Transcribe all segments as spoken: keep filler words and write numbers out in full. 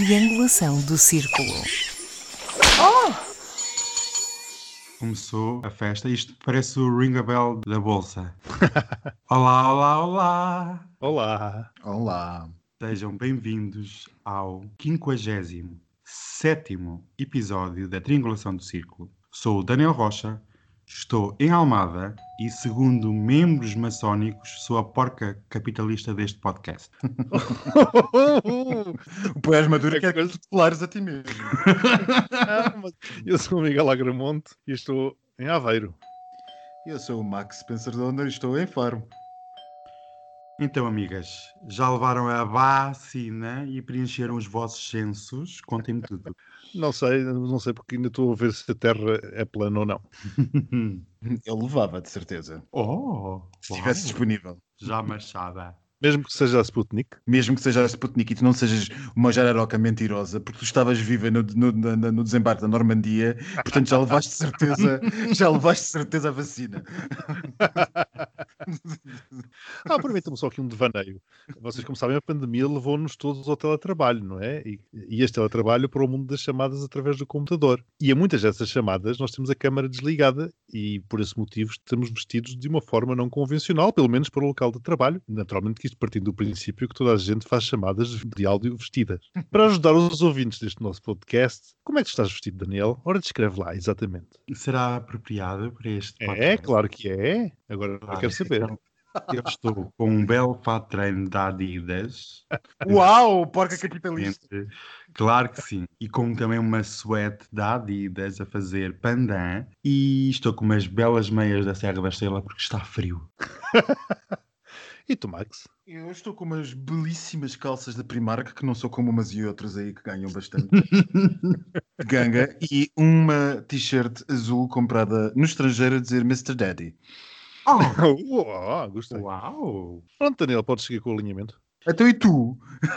Triangulação do Círculo. Oh! Começou a festa. Isto parece o Ring a Bell da Bolsa. Olá, olá, olá. Olá. Olá. Sejam bem-vindos ao quinquagésimo sétimo episódio da Triangulação do Círculo. Sou o Daniel Rocha, estou em Almada e, segundo membros maçónicos, sou a porca capitalista deste podcast. O Poés Maduro quer que tu declares a ti mesmo. Ah, mas eu sou o Miguel Agramonte e estou em Aveiro. Eu sou o Max Spencer Donner e estou em Faro. Então, amigas, já levaram a vacina e preencheram os vossos censos? Contem-me tudo. Não sei, não sei porque ainda estou a ver se a Terra é plana ou não. Eu levava, de certeza. Oh! Se estivesse uau. disponível. Já machada. Mesmo que seja a Sputnik. Mesmo que seja a Sputnik e tu não sejas uma jararoca mentirosa, porque tu estavas viva no, no, no, no desembarque da Normandia, portanto já levaste de certeza, já levaste de certeza a vacina. Ah, permitam-me só aqui um devaneio. Vocês, como sabem, a pandemia levou-nos todos ao teletrabalho, não é? E, e este teletrabalho para o mundo das chamadas através do computador. E a muitas dessas chamadas nós temos a câmara desligada e, por esse motivo, estamos vestidos de uma forma não convencional, pelo menos para o local de trabalho. Naturalmente que isto partindo do princípio que toda a gente faz chamadas de áudio vestidas. Para ajudar os ouvintes deste nosso podcast, como é que tu estás vestido, Daniel? Ora, descreve lá, exatamente. Será apropriado para este É, podcast? claro que é. Agora Claro. eu quero saber. Então, eu estou com um belo fato de treino da Adidas. Uau, porca capitalista! Claro que sim. E com também uma suéte da Adidas a fazer pandan. E estou com umas belas meias da Serra da Estrela porque está frio. E tu, Max? Eu estou com umas belíssimas calças da Primark, que não são como umas e outras aí que ganham bastante. De ganga, e uma t-shirt azul comprada no estrangeiro a dizer mister Daddy. Oh! Uau, gostei. Uau! Pronto, Daniel, podes seguir com o alinhamento. Então e tu?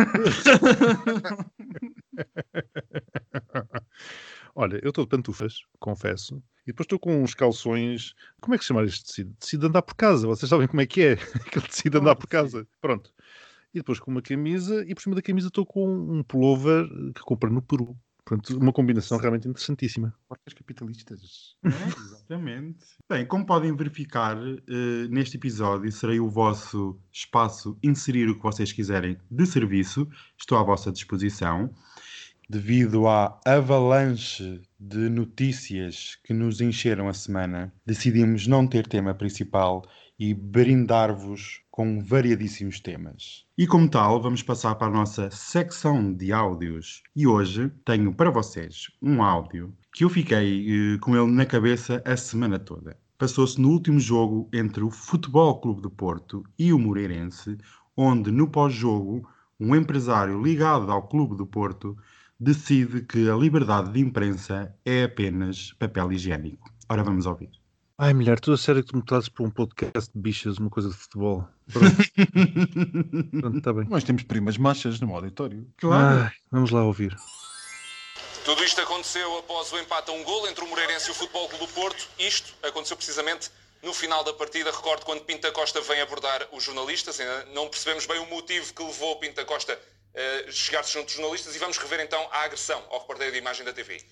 Olha, eu estou de pantufas, confesso, e depois estou com uns calções. Como é que se chama este tecido? Tecido de andar por casa. Vocês sabem como é que é? Aquele tecido de andar por casa. Pronto. E depois com uma camisa, e por cima da camisa estou com um pullover que comprei no Peru. Portanto, uma combinação realmente interessantíssima. Porcas capitalistas. É, exatamente. Bem, como podem verificar, eh, neste episódio serei o vosso espaço inserir o que vocês quiserem de serviço. Estou à vossa disposição. Devido à avalanche de notícias que nos encheram a semana, decidimos não ter tema principal e brindar-vos com variadíssimos temas. E como tal, vamos passar para a nossa secção de áudios. E hoje tenho para vocês um áudio que eu fiquei eh, com ele na cabeça a semana toda. Passou-se no último jogo entre o Futebol Clube do Porto e o Moreirense, onde no pós-jogo um empresário ligado ao Clube do Porto decide que a liberdade de imprensa é apenas papel higiênico. Ora, vamos ouvir. Ai, mulher, tu a sério que tu me trazes para um podcast de bichas, uma coisa de futebol. Pronto, Pronto, está bem. Nós temos primas machas no auditório. Claro. Ai, vamos lá ouvir. Tudo isto aconteceu após o empate a um golo entre o Moreirense e o Futebol Clube do Porto. Isto aconteceu precisamente no final da partida. Recordo quando Pinto da Costa vem abordar os jornalistas. Ainda não percebemos bem o motivo que levou Pinto da Costa a chegar-se junto dos jornalistas. E vamos rever então a agressão ao repórter de imagem da T V I.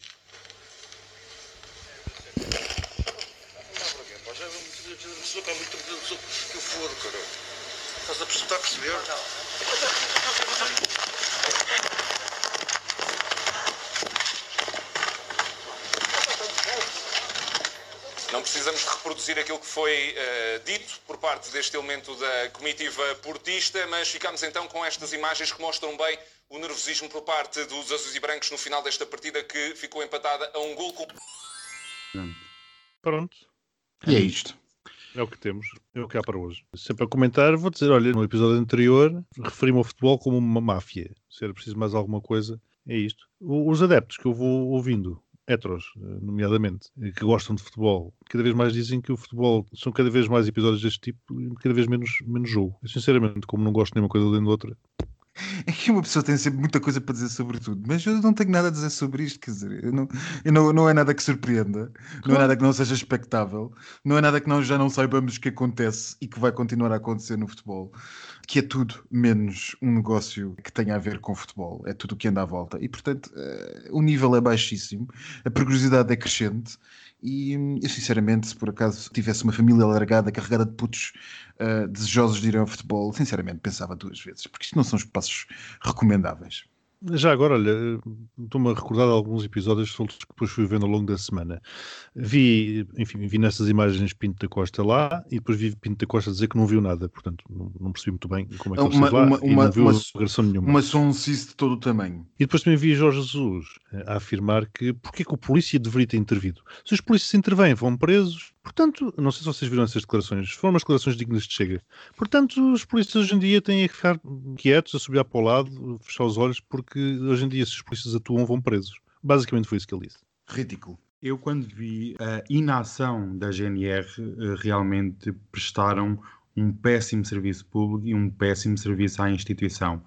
Se está muito tranquilo, que eu for, cara. Estás a perceber? Está a perceber? Não precisamos de reproduzir aquilo que foi uh, dito por parte deste elemento da comitiva portista, mas ficamos então com estas imagens que mostram bem o nervosismo por parte dos azuis e brancos no final desta partida que ficou empatada a um gol com... Pronto. E é isto. É o que temos, é o que há para hoje. Sempre a comentar, vou dizer, olha, no episódio anterior referi-me ao futebol como uma máfia. Se era preciso mais alguma coisa, é isto. O- Os adeptos que eu vou ouvindo, heteros, eh, nomeadamente, eh, que gostam de futebol, cada vez mais dizem que o futebol são cada vez mais episódios deste tipo e cada vez menos, menos jogo. Eu, sinceramente, como não gosto de nenhuma coisa nem da outra, É que uma pessoa tem sempre muita coisa para dizer sobre tudo, mas eu não tenho nada a dizer sobre isto, quer dizer, eu não, eu não, não é nada que surpreenda, não é nada que não seja expectável, não é nada que nós já não saibamos que acontece e que vai continuar a acontecer no futebol. que é tudo menos um negócio que tenha a ver com futebol, é tudo o que anda à volta. E, portanto, uh, o nível é baixíssimo, a perigosidade é crescente e, eu, sinceramente, se por acaso tivesse uma família alargada, carregada de putos uh, desejosos de ir ao futebol, sinceramente, pensava duas vezes, porque isto não são espaços recomendáveis. Já agora, olha, estou-me a recordar de alguns episódios soltos que depois fui vendo ao longo da semana. Vi, enfim, vi nessas imagens Pinto da Costa lá e depois vi Pinto da Costa dizer que não viu nada, portanto não, não percebi muito bem como é que ele Uma, esteve lá uma, e uma, não viu uma, agressão nenhuma. uma sonsice de todo o tamanho. E depois também vi Jorge Jesus a afirmar que porque é que o polícia deveria ter intervido? Se os polícias intervêm, vão presos. Portanto, não sei se vocês viram essas declarações, foram umas declarações dignas de Chega. Portanto, os polícias hoje em dia têm que ficar quietos, a subir para o lado, fechar os olhos, porque hoje em dia se os polícias atuam, vão presos. Basicamente foi isso que ele disse. Ridículo. Eu, quando vi a inação da G N R, realmente prestaram um péssimo serviço público e um péssimo serviço à instituição.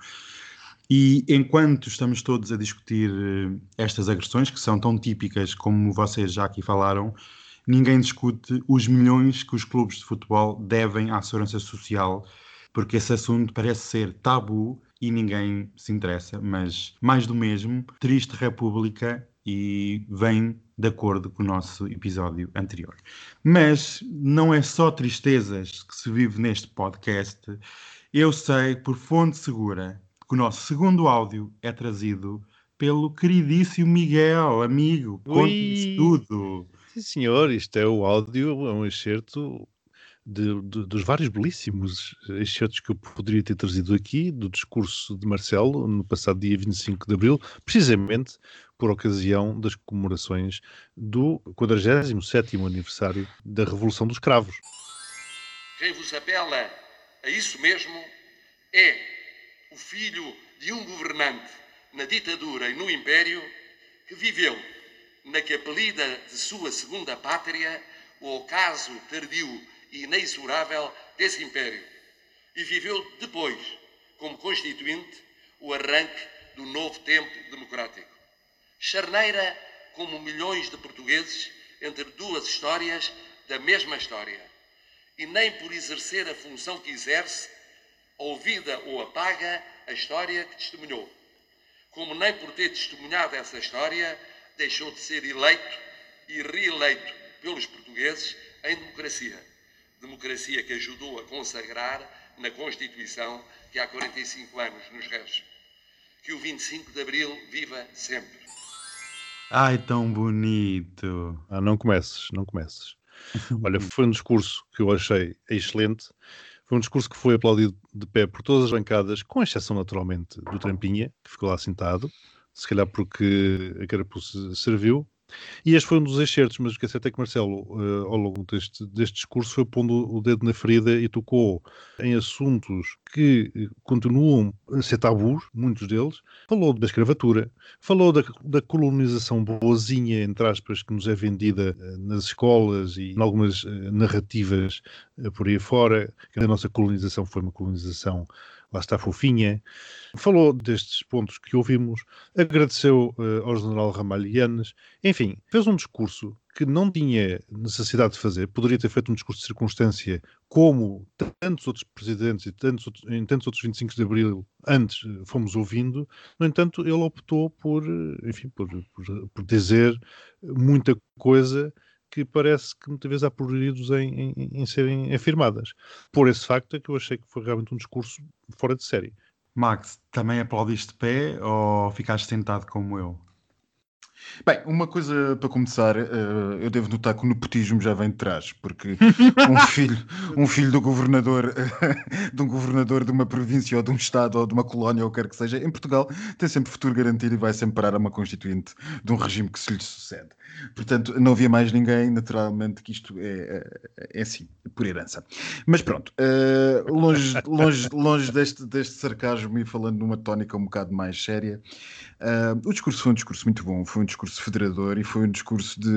E enquanto estamos todos a discutir estas agressões, que são tão típicas como vocês já aqui falaram, ninguém discute os milhões que os clubes de futebol devem à segurança social, porque esse assunto parece ser tabu e ninguém se interessa, mas mais do mesmo, triste república, e vem de acordo com o nosso episódio anterior. Mas não é só tristezas que se vive neste podcast. Eu sei, por fonte segura, que o nosso segundo áudio é trazido pelo queridíssimo Miguel, amigo. Conte-nos tudo. Sim, senhor, isto é o áudio, é um excerto de, de, dos vários belíssimos excertos que eu poderia ter trazido aqui, do discurso de Marcelo, no passado dia vinte e cinco de abril, precisamente por ocasião das comemorações do quadragésimo sétimo aniversário da Revolução dos Cravos. Quem vos apela a isso mesmo é o filho de um governante na ditadura e no império que viveu na que apelida de sua segunda pátria o ocaso tardio e inexorável desse império, e viveu depois, como constituinte, o arranque do novo tempo democrático. Charneira como milhões de portugueses entre duas histórias da mesma história, e nem por exercer a função que exerce, ouvida ou apaga a história que testemunhou, como nem por ter testemunhado essa história, deixou de ser eleito e reeleito pelos portugueses em democracia. Democracia que ajudou a consagrar na Constituição que há quarenta e cinco anos nos rege. Que o vinte e cinco de abril viva sempre. Ai, tão bonito. Ah, não comeces, não comeces. Olha, foi um discurso que eu achei excelente. Foi um discurso que foi aplaudido de pé por todas as bancadas, com exceção, naturalmente, do Trampinha, que ficou lá sentado, se calhar porque a carapuça serviu. E este foi um dos excertos, mas o que é certo é que Marcelo, uh, ao longo deste, deste discurso, foi pondo o dedo na ferida e tocou em assuntos que uh, continuam a ser tabus, muitos deles. Falou da escravatura, falou da, da colonização boazinha, entre aspas, que nos é vendida uh, nas escolas e em algumas uh, narrativas uh, por aí fora, que a nossa colonização foi uma colonização, lá está, fofinha. Falou destes pontos que ouvimos, agradeceu uh, ao general Ramalho Yanes, enfim, fez um discurso que não tinha necessidade de fazer, poderia ter feito um discurso de circunstância como tantos outros presidentes e tantos outros, em tantos outros vinte e cinco de abril antes uh, fomos ouvindo. No entanto, ele optou por, uh, enfim, por, por, por dizer muita coisa que parece que muitas vezes há prioridades em, em, em serem afirmadas. Por esse facto é que eu achei que foi realmente um discurso fora de série. Max, também aplaudiste de pé ou ficaste sentado como eu? Bem, uma coisa para começar, uh, eu devo notar que o nepotismo já vem de trás, porque um filho, um filho do governador, uh, de um governador de uma província ou de um estado ou de uma colónia ou quer que seja, em Portugal tem sempre futuro garantido e vai sempre parar a uma constituinte de um regime que se lhe sucede. Portanto, não havia mais ninguém, naturalmente, que isto é, é, é assim, por herança. Mas pronto, uh, longe, longe, longe deste, deste sarcasmo e falando numa tónica um bocado mais séria, uh, o discurso foi um discurso muito bom, foi um discurso discurso federador e foi um discurso de,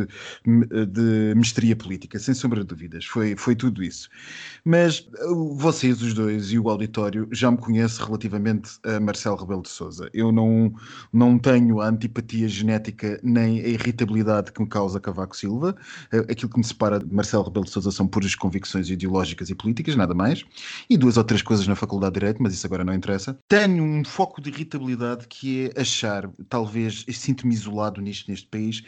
de mestria política, sem sombra de dúvidas. Foi, foi tudo isso. Mas vocês, os dois, e o auditório, já me conhecem relativamente a Marcelo Rebelo de Sousa. Eu não, não tenho a antipatia genética nem a irritabilidade que me causa Cavaco Silva. Aquilo que me separa de Marcelo Rebelo de Sousa são puras convicções ideológicas e políticas, nada mais. E duas ou três coisas na Faculdade de Direito, mas isso agora não interessa. Tenho um foco de irritabilidade que é achar, talvez, sinto-me isolado nisto, neste país,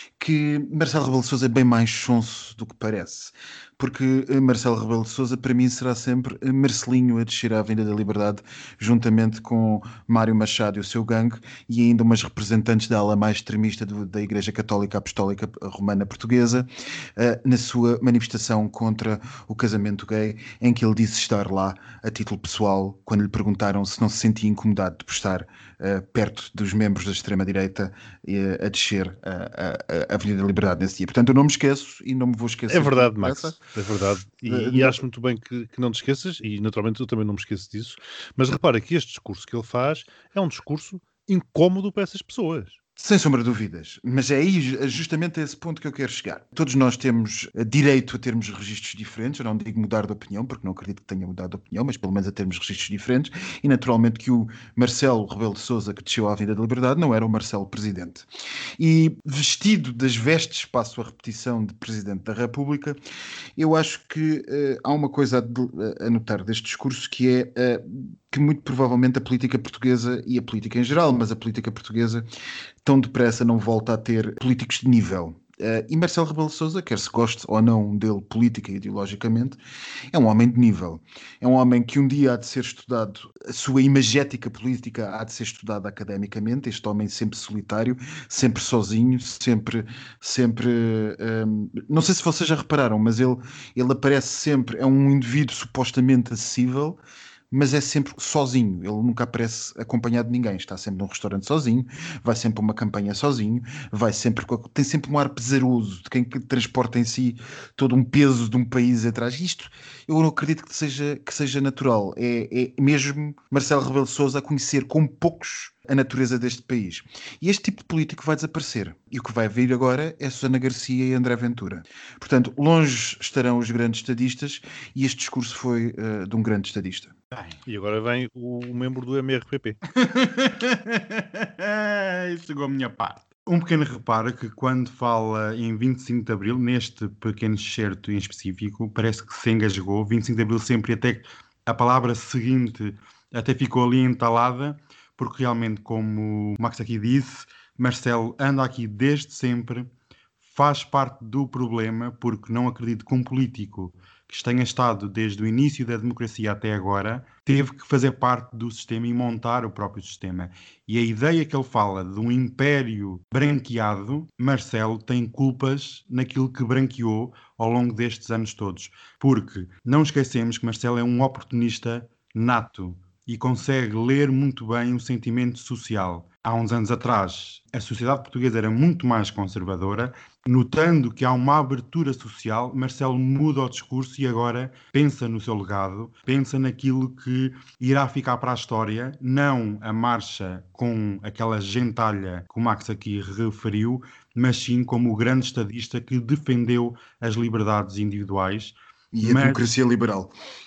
que Marcelo Rebelo de Sousa é bem mais sonso do que parece. Porque Marcelo Rebelo de Sousa, para mim, será sempre Marcelinho a descer à Avenida da Liberdade, juntamente com Mário Machado e o seu gangue, e ainda umas representantes da ala mais extremista do, da Igreja Católica Apostólica Romana Portuguesa, uh, na sua manifestação contra o casamento gay, em que ele disse estar lá a título pessoal, quando lhe perguntaram se não se sentia incomodado de estar uh, perto dos membros da extrema-direita uh, a descer a, a, a Avenida da Liberdade nesse dia. Portanto, eu não me esqueço e não me vou esquecer. É verdade, Max. É verdade. E, Uh, e não- acho muito bem que, que não te esqueças, e naturalmente eu também não me esqueço disso, mas repara que este discurso que ele faz é um discurso incómodo para essas pessoas. Sem sombra de dúvidas, mas é aí justamente a esse ponto que eu quero chegar. Todos nós temos eh, direito a termos registros diferentes, eu não digo mudar de opinião, porque não acredito que tenha mudado de opinião, mas pelo menos a termos registros diferentes, e naturalmente que o Marcelo Rebelo de Sousa, que desceu à Avenida da Liberdade, não era o Marcelo Presidente. E vestido das vestes, passo a repetição, de Presidente da República, eu acho que eh, há uma coisa a, de- a notar deste discurso, que é eh, que muito provavelmente a política portuguesa, e a política em geral, mas a política portuguesa, tão depressa não volta a ter políticos de nível. Uh, e Marcelo Rebelo de Sousa, quer se goste ou não dele política e ideologicamente, é um homem de nível. É um homem que um dia há de ser estudado, a sua imagética política há de ser estudada academicamente, este homem sempre solitário, sempre sozinho, sempre, sempre, um, não sei se vocês já repararam, mas ele, ele aparece sempre, é um indivíduo supostamente acessível, mas é sempre sozinho, ele nunca aparece acompanhado de ninguém, está sempre num restaurante sozinho, vai sempre a uma campanha sozinho, vai sempre, tem sempre um ar pesaroso de quem que transporta em si todo um peso de um país atrás. Isto eu não acredito que seja, que seja natural, é, é mesmo Marcelo Rebelo de Sousa a conhecer com poucos a natureza deste país. E este tipo de político vai desaparecer. E o que vai vir agora é Susana Garcia e André Ventura. Portanto, longe estarão os grandes estadistas, e este discurso foi uh, de um grande estadista. E agora vem o, o membro do M R P P. Chegou a minha parte. Um pequeno reparo que quando fala em vinte e cinco de Abril, neste pequeno excerto em específico, parece que se engasgou. vinte e cinco de Abril sempre até a palavra seguinte até ficou ali entalada, porque realmente, como o Max aqui disse, Marcelo anda aqui desde sempre, faz parte do problema, porque não acredito que um político que tenha estado desde o início da democracia até agora, teve que fazer parte do sistema e montar o próprio sistema. E a ideia que ele fala de um império branqueado, Marcelo tem culpas naquilo que branqueou ao longo destes anos todos. Porque não esquecemos que Marcelo é um oportunista nato e consegue ler muito bem o sentimento social. Há uns anos atrás, a sociedade portuguesa era muito mais conservadora. Notando que há uma abertura social, Marcelo muda o discurso e agora pensa no seu legado, pensa naquilo que irá ficar para a história, não a marcha com aquela gentalha que o Max aqui referiu, mas sim como o grande estadista que defendeu as liberdades individuais. E a mas... democracia liberal.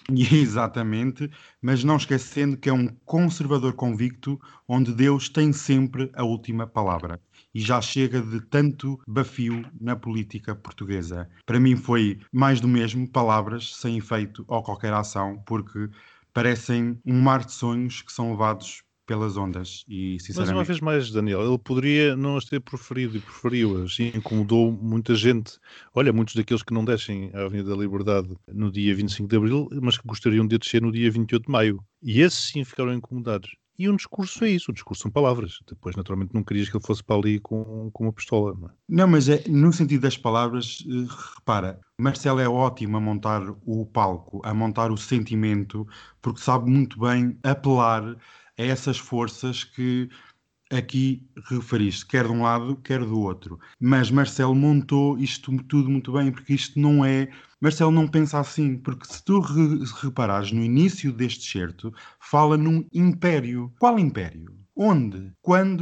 Exatamente, mas não esquecendo que é um conservador convicto, onde Deus tem sempre a última palavra. E já chega de tanto bafio na política portuguesa. Para mim foi mais do mesmo, palavras sem efeito ou qualquer ação, porque parecem um mar de sonhos que são levados pelas ondas. E, sinceramente... Mas uma vez mais, Daniel, ele poderia não as ter preferido e preferiu-as, e incomodou muita gente. Olha, muitos daqueles que não descem à Avenida da Liberdade no dia vinte e cinco de Abril, mas que gostariam de descer no dia vinte e oito de Maio. E esses sim ficaram incomodados. E um discurso é isso, o discurso são palavras. Depois, naturalmente, não querias que ele fosse para ali com, com uma pistola, não é? Não, mas é, no sentido das palavras, repara, Marcelo é ótimo a montar o palco, a montar o sentimento, porque sabe muito bem apelar a essas forças que aqui referiste, quer de um lado, quer do outro. Mas Marcelo montou isto tudo muito bem, porque isto não é... Marcelo não pensa assim, porque se tu re- reparares no início deste certo, fala num império. Qual império? Onde? Quando?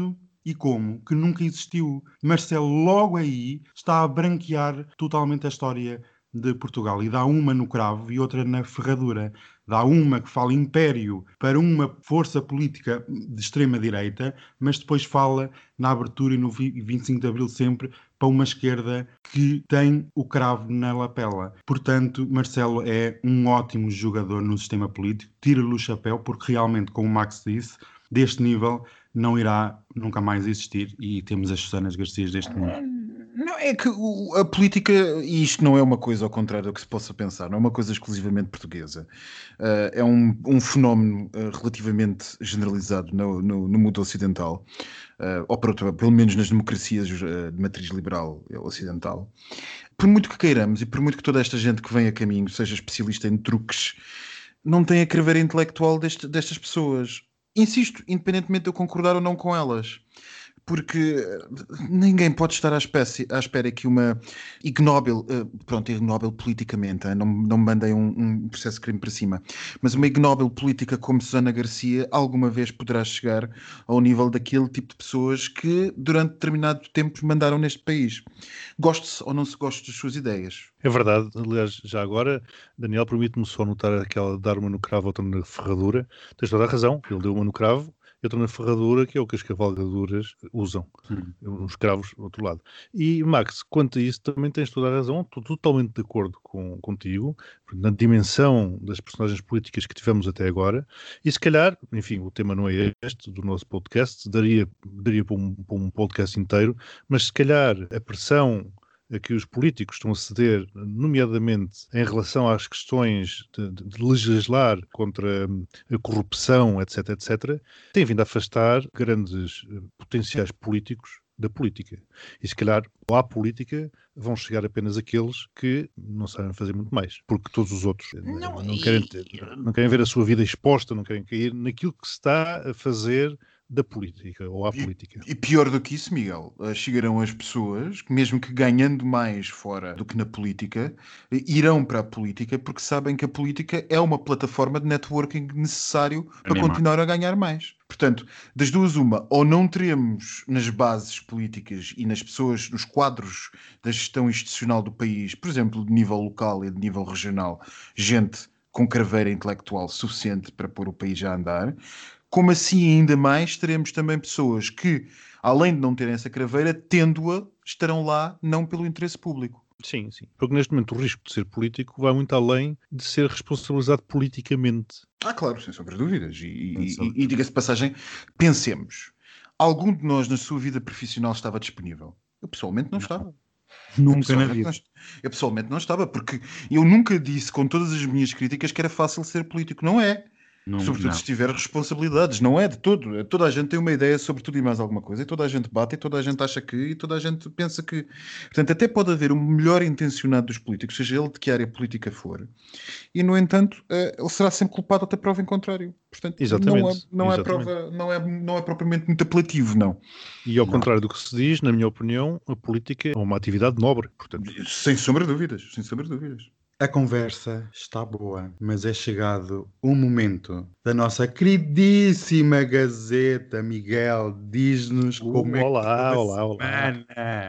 e como que nunca existiu. Marcelo logo aí está a branquear totalmente a história de Portugal e dá uma no cravo e outra na ferradura. Dá uma que fala império para uma força política de extrema-direita, mas depois fala na abertura e no vinte e cinco de Abril sempre para uma esquerda que tem o cravo na lapela. Portanto, Marcelo é um ótimo jogador no sistema político, tira-lhe o chapéu, porque realmente, como o Max disse, deste nível não irá nunca mais existir e temos as Susanas Garcias deste mundo. Não, é que o- a política, e isto não é uma coisa ao contrário do que se possa pensar, não é uma coisa exclusivamente portuguesa. Uh, é um, um fenómeno uh, relativamente generalizado no, no, no mundo ocidental, uh, ou para, pelo menos nas democracias uh, de matriz liberal ocidental. Por muito que queiramos e por muito que toda esta gente que vem a caminho seja especialista em truques, não tem a craveira intelectual deste, destas pessoas. Insisto, independentemente de eu concordar ou não com elas. Porque ninguém pode estar à, espécie, à espera que uma ignóbil, uh, pronto, ignóbil politicamente, uh, não, não me mandei um, um processo de crime para cima, mas uma ignóbil política como Susana Garcia alguma vez poderá chegar ao nível daquele tipo de pessoas que durante determinado tempo mandaram neste país. Goste-se ou não se goste das suas ideias. É verdade, aliás, já agora, Daniel, permite-me só notar aquela dar uma no cravo, outra na ferradura. Tens toda a razão, ele deu uma no cravo, e outra na ferradura, que é o que as cavalgaduras usam, hum. os cravos do outro lado. E, Max, quanto a isso, também tens toda a razão, estou totalmente de acordo com, contigo, na dimensão das personagens políticas que tivemos até agora, e se calhar, enfim, o tema não é este do nosso podcast, daria, daria para, um, para um podcast inteiro, mas se calhar a pressão a que os políticos estão a ceder, nomeadamente em relação às questões de, de, de legislar contra a corrupção, etc, etcétera, tem vindo a afastar grandes potenciais políticos da política. E se calhar, à política, vão chegar apenas aqueles que não sabem fazer muito mais. Porque todos os outros não, não, querem, ter, não querem ver a sua vida exposta, não querem cair naquilo que se está a fazer da política, ou à política. E, e pior do que isso, Miguel, chegarão as pessoas, que mesmo que ganhando mais fora do que na política, irão para a política porque sabem que a política é uma plataforma de networking necessário para Animar. continuar a ganhar mais. Portanto, das duas uma, ou não teremos nas bases políticas e nas pessoas, nos quadros da gestão institucional do país, por exemplo, de nível local e de nível regional, gente com craveira intelectual suficiente para pôr o país a andar, como assim ainda mais teremos também pessoas que, além de não terem essa craveira, tendo-a, estarão lá não pelo interesse público. Sim, sim. Porque neste momento o risco de ser político vai muito além de ser responsabilizado politicamente. Ah, claro, sem sombra de dúvidas. E, e, e, e diga-se de passagem, pensemos. Algum de nós na sua vida profissional estava disponível? Eu pessoalmente não, não. estava. Nunca na vida. Não, eu pessoalmente não estava, porque eu nunca disse, com todas as minhas críticas, que era fácil ser político. Não é. Não, Sobretudo não. se tiver responsabilidades, não é de todo. Toda a gente tem uma ideia sobre tudo e mais alguma coisa, e toda a gente bate, e toda a gente acha que, e toda a gente pensa que. Portanto, até pode haver o melhor intencionado dos políticos, seja ele de que área política for, e no entanto, ele será sempre culpado até prova em contrário. Portanto, Exatamente. não, é, não, Exatamente. É prova, não, é, não é propriamente muito apelativo, não. E ao não. contrário do que se diz, na minha opinião, a política é uma atividade nobre. Portanto. Sem sombra de dúvidas, sem sombra de dúvidas. A conversa está boa, mas é chegado o momento da nossa queridíssima Gazeta. Miguel, diz-nos uh, como olá, é que olá, olá.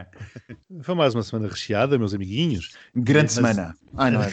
Foi mais uma semana recheada, meus amiguinhos. Grande mas... semana. Ai, não é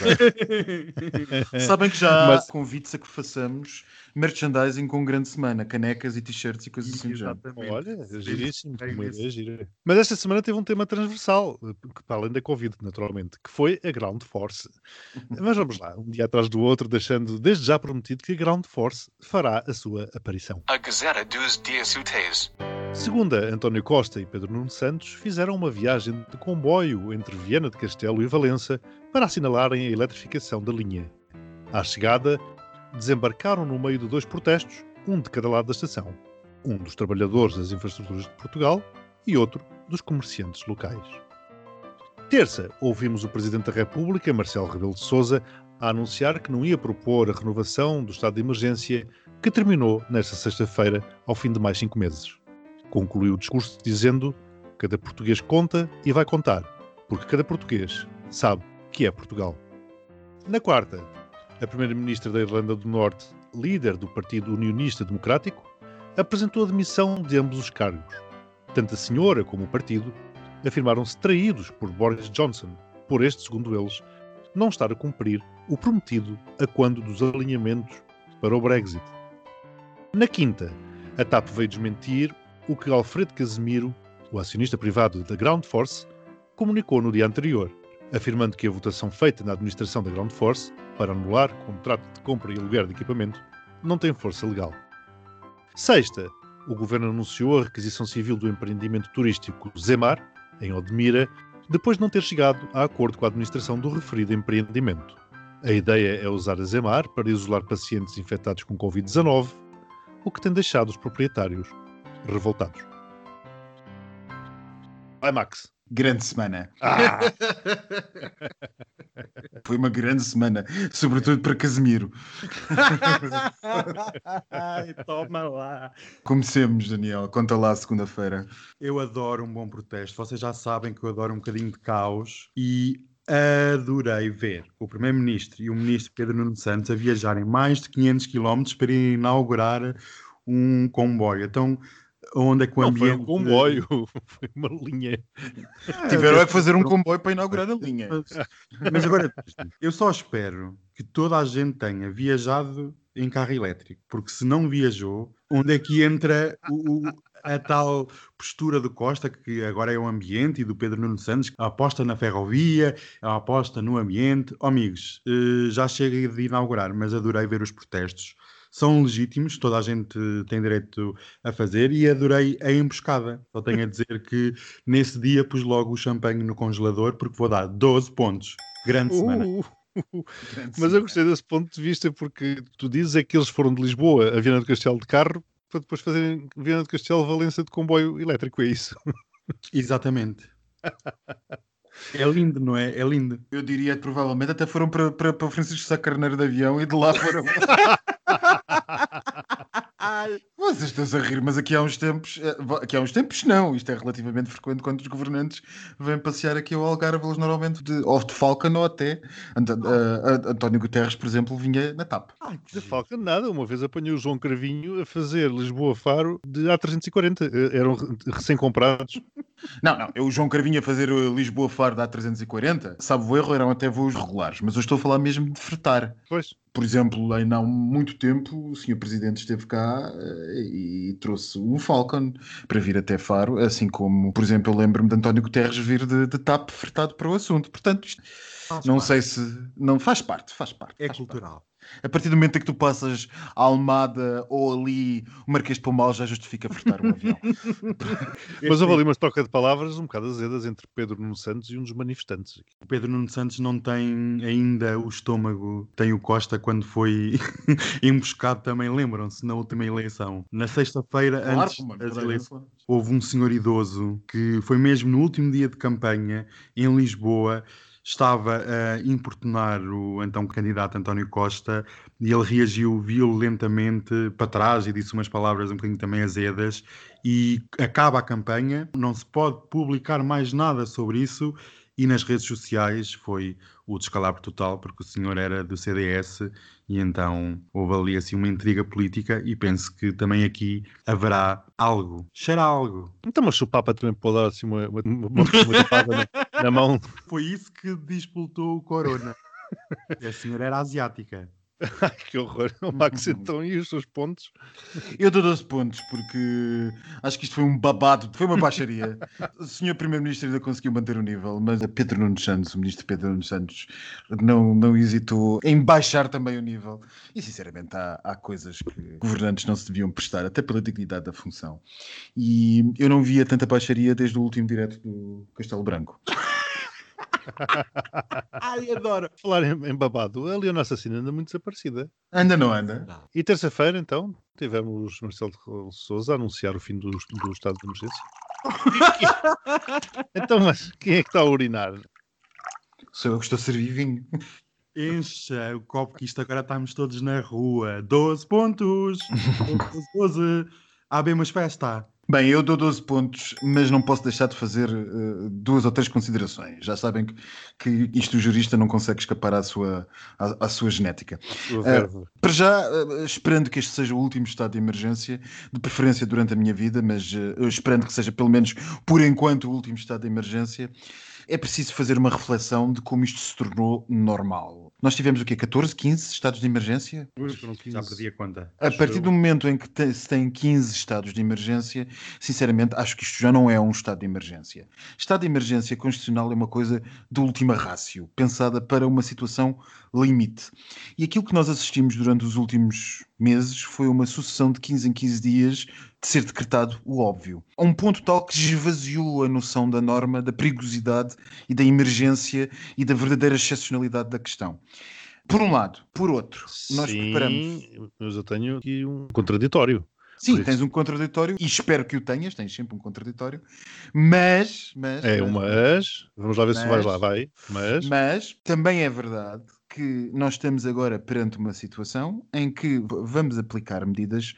Sabem que já mas... há convites a que façamos merchandising com grande semana, canecas e t-shirts e coisas assim. Exatamente. Olha, é giríssimo, uma ideia gira. Mas esta semana teve um tema transversal, que para além da Covid, naturalmente, que foi a Ground Force. Mas vamos lá, um dia atrás do outro, deixando desde já prometido que a Ground Force fará a sua aparição. A Gazeta dos Dias Úteis. Segunda, António Costa e Pedro Nuno Santos fizeram uma viagem de comboio entre Viana de Castelo e Valença para assinalarem a eletrificação da linha. À chegada, desembarcaram no meio de dois protestos, um de cada lado da estação. Um dos trabalhadores das infraestruturas de Portugal e outro dos comerciantes locais. Terça, ouvimos o Presidente da República, Marcelo Rebelo de Sousa, a anunciar que não ia propor a renovação do estado de emergência que terminou nesta sexta-feira, ao fim de mais cinco meses. Concluiu o discurso dizendo: cada português conta e vai contar, porque cada português sabe que é Portugal. Na quarta, a Primeira-Ministra da Irlanda do Norte, líder do Partido Unionista Democrático, apresentou a demissão de ambos os cargos. Tanto a senhora como o partido afirmaram-se traídos por Boris Johnson, por este, segundo eles, não estar a cumprir o prometido a quando dos alinhamentos para o Brexit. Na quinta, a TAP veio desmentir o que Alfredo Casemiro, o acionista privado da Ground Force, comunicou no dia anterior, afirmando que a votação feita na administração da Ground Force para anular o contrato de compra e aluguer de equipamento não tem força legal. Sexta, o governo anunciou a requisição civil do empreendimento turístico Zemar, em Odmira, depois de não ter chegado a acordo com a administração do referido empreendimento. A ideia é usar a Zemar para isolar pacientes infectados com covid dezanove, o que tem deixado os proprietários revoltados. Vai, Max. Grande semana. Ah! Foi uma grande semana, sobretudo para Casemiro. Ai, toma lá. Comecemos, Daniel. Conta lá a segunda-feira. Eu adoro um bom protesto. Vocês já sabem que eu adoro um bocadinho de caos e adorei ver o Primeiro-Ministro e o Ministro Pedro Nuno Santos a viajarem mais de quinhentos quilómetros para ir inaugurar um comboio. Então, onde é que o Não ambiente... foi um comboio, foi uma linha. Ah, Tiveram é que fazer um comboio para inaugurar a linha. Mas, mas agora, eu só espero que toda a gente tenha viajado em carro elétrico, porque se não viajou, onde é que entra o, o, a tal postura do Costa, que agora é o ambiente, e do Pedro Nuno Santos, a aposta na ferrovia, a aposta no ambiente. Oh, amigos, já chega de inaugurar, mas adorei ver os protestos. São legítimos, toda a gente tem direito a fazer, e adorei a emboscada. Só tenho a dizer que nesse dia pus logo o champanhe no congelador, porque vou dar doze pontos. Grande semana. Uh, uh, uh. Mas eu gostei desse ponto de vista, porque tu dizes é que eles foram de Lisboa a Viana do Castelo de carro para depois fazerem Viana do Castelo Valença de comboio elétrico, é isso? Exatamente. É lindo, não é? É lindo. Eu diria que provavelmente até foram para, para, para Francisco Sá Carneiro de avião e de lá foram... Vocês estão-se a rir, mas aqui há uns tempos, aqui há uns tempos não, isto é relativamente frequente quando os governantes vêm passear aqui ao Algarve, eles normalmente de, ou de Falcon ou até Ant uh, uh, António Guterres, por exemplo, vinha na TAP. Ah, de Falcon nada, uma vez apanhei o João Cravinho a fazer Lisboa-Faro de A trezentos e quarenta, eram recém-comprados. Não, não, eu, o João Carvinho a fazer Lisboa-Faro da A trezentos e quarenta, sabe o erro, eram até voos regulares, mas eu estou a falar mesmo de fretar. Pois. Por exemplo, em não muito tempo, o senhor Presidente esteve cá uh, e trouxe um Falcon para vir até Faro, assim como, por exemplo, eu lembro-me de António Guterres vir de, de TAP fretado para o assunto. Portanto, isto, não parte. sei se... Não, faz parte, faz parte. É faz cultural. Parte. A partir do momento em que tu passas a Almada ou ali o Marquês de Pombal, já justifica fretar um avião. Mas houve ali umas troca de palavras um bocado azedas entre Pedro Nuno Santos e um dos manifestantes. O Pedro Nuno Santos não tem ainda o estômago, tem o Costa quando foi emboscado também, lembram-se, na última eleição. Na sexta-feira, claro, antes mano, das eleições, houve um senhor idoso que foi mesmo no último dia de campanha em Lisboa, estava a importunar o então candidato António Costa e ele reagiu violentamente para trás e disse umas palavras um bocadinho também azedas e acaba a campanha, não se pode publicar mais nada sobre isso e nas redes sociais foi o descalabro total porque o senhor era do C D S e então houve ali assim uma intriga política e penso que também aqui haverá algo, cheira algo. Então mas se o Papa também pode dar assim uma, uma, uma, uma tapada na, na mão. Foi isso que disputou o Corona. E a senhora era asiática. Ai, que horror. O Max então e os seus pontos? Eu dou doze pontos porque acho que isto foi um babado, foi uma baixaria. O senhor Primeiro-Ministro ainda conseguiu manter o nível, mas a Pedro Nuno Santos, o Ministro Pedro Nuno Santos, não, não hesitou em baixar também o nível. E sinceramente há, há coisas que governantes não se deviam prestar, até pela dignidade da função. E eu não via tanta baixaria desde o último direto do Castelo Branco. Ai, adoro. Falar em, em babado, a Leona Assassina anda muito desaparecida. Anda, não anda? Não. E terça-feira, então, tivemos Marcelo de Sousa a anunciar o fim do, do estado de emergência. Então, mas quem é que está a urinar? Sou eu que estou a servir vinho. Encha o copo que isto agora estamos todos na rua. doze pontos. doze. Há bem umas festa. Bem, eu dou doze pontos, mas não posso deixar de fazer uh, duas ou três considerações. Já sabem que, que isto o jurista não consegue escapar à sua, à, à sua genética. Uh, para já, uh, esperando que este seja o último estado de emergência, de preferência durante a minha vida, mas uh, esperando que seja pelo menos por enquanto o último estado de emergência, é preciso fazer uma reflexão de como isto se tornou normal. Nós tivemos o quê? catorze, quinze estados de emergência? Já perdi a conta. A partir do momento em que te, se tem quinze estados de emergência, sinceramente, acho que isto já não é um estado de emergência. Estado de emergência constitucional é uma coisa de última ratio, pensada para uma situação limite. E aquilo que nós assistimos durante os últimos meses foi uma sucessão de quinze em quinze dias de ser decretado o óbvio. A um ponto tal que esvaziou a noção da norma, da perigosidade e da emergência e da verdadeira excepcionalidade da questão. Por um lado. Por outro, nós Sim, preparamos... mas eu tenho aqui um contraditório. Sim, tens um contraditório e espero que o tenhas, tens sempre um contraditório, mas... mas é mas, um mas, vamos lá ver mas, se vais lá, vai. Mas... mas também é verdade que nós estamos agora perante uma situação em que vamos aplicar medidas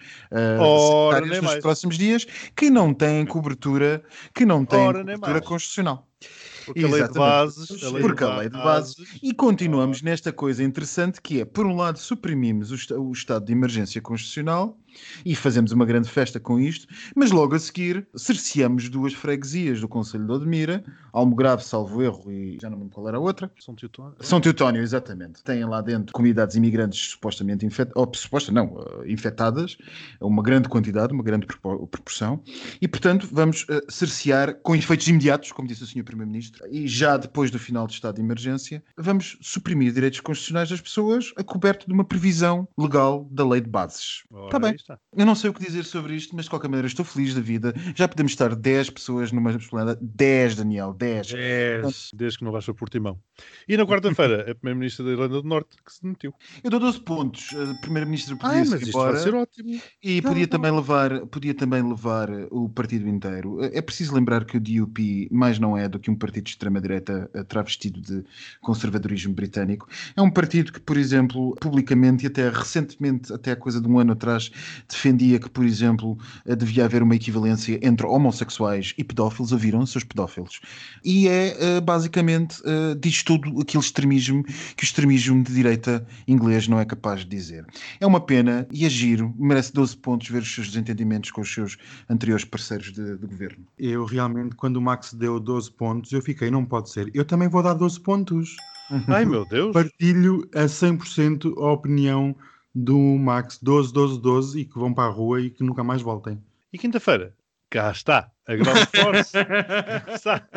uh, sanitárias nos mais. próximos dias que não têm cobertura, que não têm Ora, cobertura constitucional. Porque a lei de bases, a lei porque de a lei de bases, e continuamos oh. nesta coisa interessante que é, por um lado, suprimimos o, o estado de emergência constitucional e fazemos uma grande festa com isto, mas logo a seguir cerceamos duas freguesias do Concelho de Odmira, Almograve, salvo erro, e já não me lembro qual era a outra. São Teutónio. São Teutónio, exatamente. Têm lá dentro comunidades imigrantes supostamente infectadas, ou suposta não, uh, infectadas, uma grande quantidade, uma grande proporção, e portanto vamos uh, cercear com efeitos imediatos, como disse o senhor Primeiro-Ministro, e já depois do final do estado de emergência, vamos suprimir direitos constitucionais das pessoas a coberto de uma previsão legal da lei de bases. Está bem. Está. Eu não sei o que dizer sobre isto, mas de qualquer maneira estou feliz da vida. Já podemos estar dez pessoas numa esplanada. dez, Daniel, dez. dez. Desde que não vais para Portimão. E na quarta-feira, a Primeira-Ministra da Irlanda do Norte que se demitiu. Eu dou doze pontos. A Primeira-Ministra podia ah, mas isto embora, vai ser ótimo. E não, podia, não. Também levar, podia também levar o partido inteiro. É preciso lembrar que o D U P mais não é do que um partido de extrema-direita travestido de conservadorismo britânico. É um partido que, por exemplo, publicamente e até recentemente, até há coisa de um ano atrás, defendia que, por exemplo, devia haver uma equivalência entre homossexuais e pedófilos. Ouviram seus pedófilos. E é, basicamente, diz tudo aquele extremismo que o extremismo de direita inglês não é capaz de dizer. É uma pena e é giro, merece doze pontos ver os seus desentendimentos com os seus anteriores parceiros de, de governo. Eu realmente, quando o Max deu doze pontos, eu fiquei, não pode ser. Eu também vou dar doze pontos. Ai, meu Deus. Partilho a cem por cento a opinião do Max, doze, doze, doze, e que vão para a rua e que nunca mais voltem. E quinta-feira? Cá está, a Ground Force. Cá está.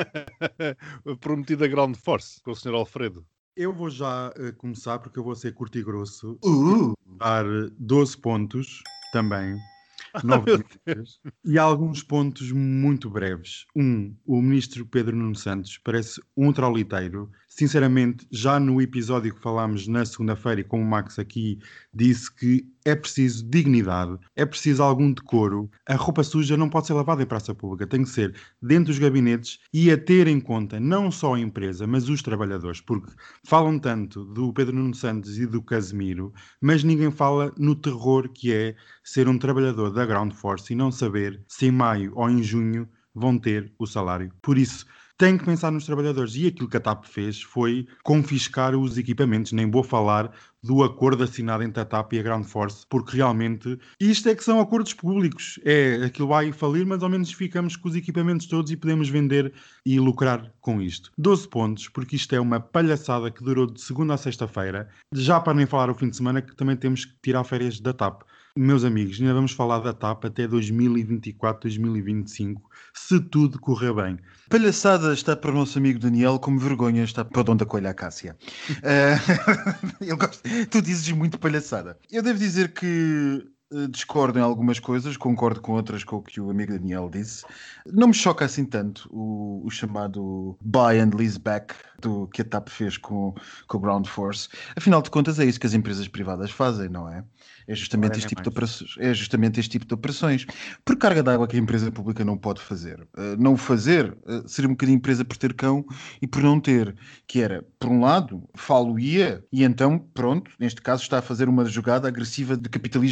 Prometida Ground Force com o senhor Alfredo. Eu vou já uh, começar, porque eu vou ser curto e grosso. Uh. Dar doze pontos também. Ah, nove e alguns pontos muito breves. Um, o ministro Pedro Nuno Santos parece um trauliteiro. Sinceramente, já no episódio que falámos na segunda-feira, e como o Max aqui disse, que é preciso dignidade, é preciso algum decoro. A roupa suja não pode ser lavada em praça pública, tem que ser dentro dos gabinetes e a ter em conta não só a empresa, mas os trabalhadores, porque falam tanto do Pedro Nuno Santos e do Casemiro, mas ninguém fala no terror que é ser um trabalhador da Ground Force e não saber se em maio ou em junho vão ter o salário. Por isso, tem que pensar nos trabalhadores. E aquilo que a TAP fez foi confiscar os equipamentos. Nem vou falar do acordo assinado entre a TAP e a Ground Force, porque realmente isto é que são acordos públicos. É, aquilo vai falir, mas ao menos ficamos com os equipamentos todos e podemos vender e lucrar com isto. doze pontos, porque isto é uma palhaçada que durou de segunda a sexta-feira. Já para nem falar o fim de semana, que também temos que tirar férias da TAP. Meus amigos, ainda vamos falar da TAP até dois mil e vinte e quatro, dois mil e vinte e cinco, se tudo correr bem. Palhaçada está para o nosso amigo Daniel, como vergonha está para o dono da coelha, a Cássia. uh, eu gosto, tu dizes muito palhaçada. Eu devo dizer que uh, discordo em algumas coisas, concordo com outras com o que o amigo Daniel disse. Não me choca assim tanto o, o chamado buy and lease back do que a TAP fez com, com o Ground Force. Afinal de contas, é isso que as empresas privadas fazem, não é? É justamente, este tipo de operações, é justamente este tipo de operações. Por carga d'água que a empresa pública não pode fazer. Uh, não o fazer uh, seria um bocadinho presa por ter cão e por não ter. Que era, por um lado, falo-ia e então, pronto, neste caso está a fazer uma jogada agressiva de capitalismo agressivo.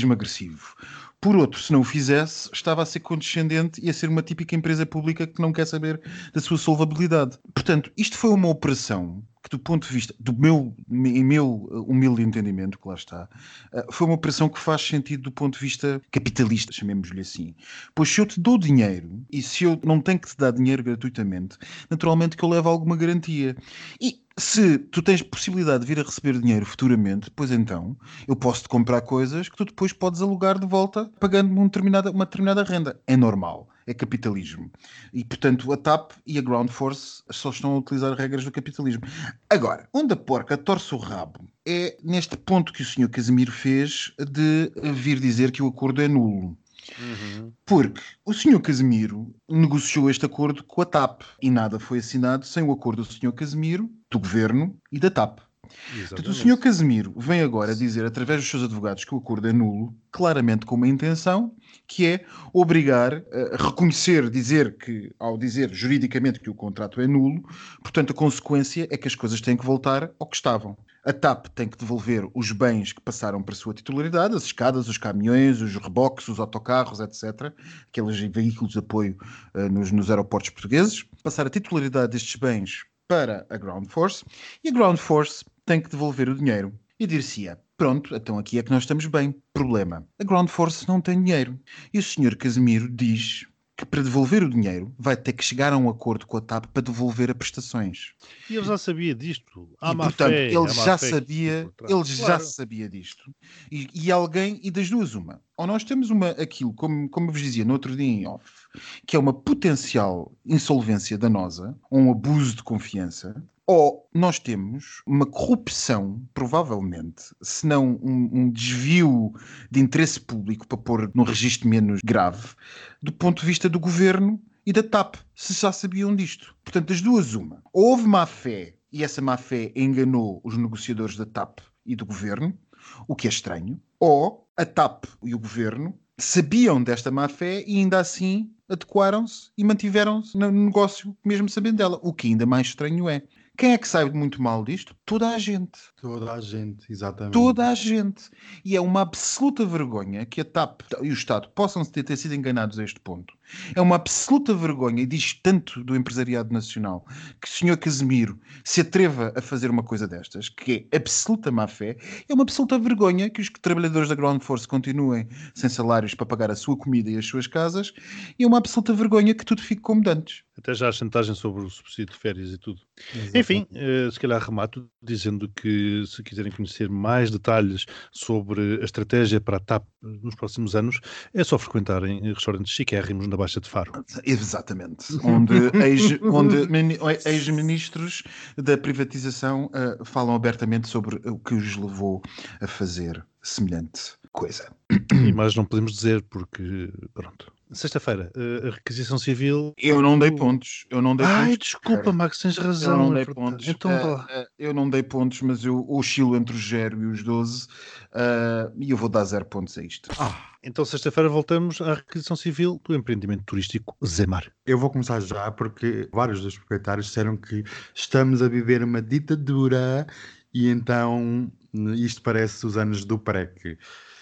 motivo. Por outro, se não o fizesse, estava a ser condescendente e a ser uma típica empresa pública que não quer saber da sua solvabilidade. Portanto, isto foi uma operação que, do ponto de vista do meu, meu humilde entendimento, que lá está, foi uma operação que faz sentido do ponto de vista capitalista, chamemos-lhe assim. Pois se eu te dou dinheiro e se eu não tenho que te dar dinheiro gratuitamente, naturalmente que eu levo alguma garantia. E se tu tens possibilidade de vir a receber dinheiro futuramente, pois então eu posso-te comprar coisas que tu depois podes alugar de volta pagando uma determinada, uma determinada renda. É normal, é capitalismo. E, portanto, a T A P e a Ground Force só estão a utilizar regras do capitalismo. Agora, onde a porca torce o rabo é neste ponto que o senhor Casimiro fez de vir dizer que o acordo é nulo. Uhum. Porque o senhor Casimiro negociou este acordo com a T A P e nada foi assinado sem o acordo do senhor Casimiro, do governo e da T A P. Portanto, o senhor Casimiro vem agora dizer, através dos seus advogados, que o acordo é nulo, claramente com uma intenção, que é obrigar a reconhecer, dizer que, ao dizer juridicamente que o contrato é nulo, portanto, a consequência é que as coisas têm que voltar ao que estavam. A T A P tem que devolver os bens que passaram para a sua titularidade, as escadas, os caminhões, os reboques, os autocarros, etcétera, aqueles veículos de apoio uh, nos, nos aeroportos portugueses, passar a titularidade destes bens para a Ground Force, e a Ground Force tem que devolver o dinheiro. E dir-se-ia, pronto, então aqui é que nós estamos bem. Problema, a Ground Force não tem dinheiro. E o senhor Casimiro diz que para devolver o dinheiro vai ter que chegar a um acordo com a T A P para devolver as prestações. E ele já sabia disto. Há e, má portanto, fé, ele há má já fé sabia, ele claro. já sabia disto. E, e alguém, e das duas uma, ou nós temos uma, aquilo, como, como eu vos dizia no outro dia em off, que é uma potencial insolvência danosa, ou um abuso de confiança, ou nós temos uma corrupção, provavelmente, se não um, um desvio de interesse público para pôr num registro menos grave, do ponto de vista do governo e da T A P, se já sabiam disto. Portanto, das duas uma. Ou houve má fé e essa má fé enganou os negociadores da T A P e do governo, o que é estranho, ou a T A P e o governo sabiam desta má fé e ainda assim adequaram-se e mantiveram-se no negócio mesmo sabendo dela, o que ainda mais estranho é. Quem é que sai muito mal disto? Toda a gente. Toda a gente, exatamente. Toda a gente. E é uma absoluta vergonha que a T A P e o Estado possam ter sido enganados a este ponto. É uma absoluta vergonha, e diz tanto do empresariado nacional, que o senhor Casimiro se atreva a fazer uma coisa destas, que é absoluta má-fé. É uma absoluta vergonha que os trabalhadores da Ground Force continuem sem salários para pagar a sua comida e as suas casas, e é uma absoluta vergonha que tudo fique como dantes. Até já a chantagem sobre o subsídio de férias e tudo. Exato. Enfim, uh, se calhar remato dizendo que se quiserem conhecer mais detalhes sobre a estratégia para a T A P nos próximos anos, é só frequentarem restaurantes chiquérrimos na Baixa de Faro. Exatamente. Onde, ex, onde ex-ministros da privatização uh, falam abertamente sobre o que os levou a fazer semelhante coisa. E mais não podemos dizer porque, pronto. Sexta-feira, a requisição civil... Eu não dei pontos. Eu não dei Ai, pontos. desculpa, cara. Max, tens razão. Eu não é dei verdade. pontos. Então, Uh, vá. uh, eu não dei pontos, mas eu oscilo entre os zero e os doze uh, e eu vou dar zero pontos a isto. Ah, então sexta-feira voltamos à requisição civil do empreendimento turístico Zemar. Eu vou começar já porque vários dos proprietários disseram que estamos a viver uma ditadura e então isto parece os anos do P R E C.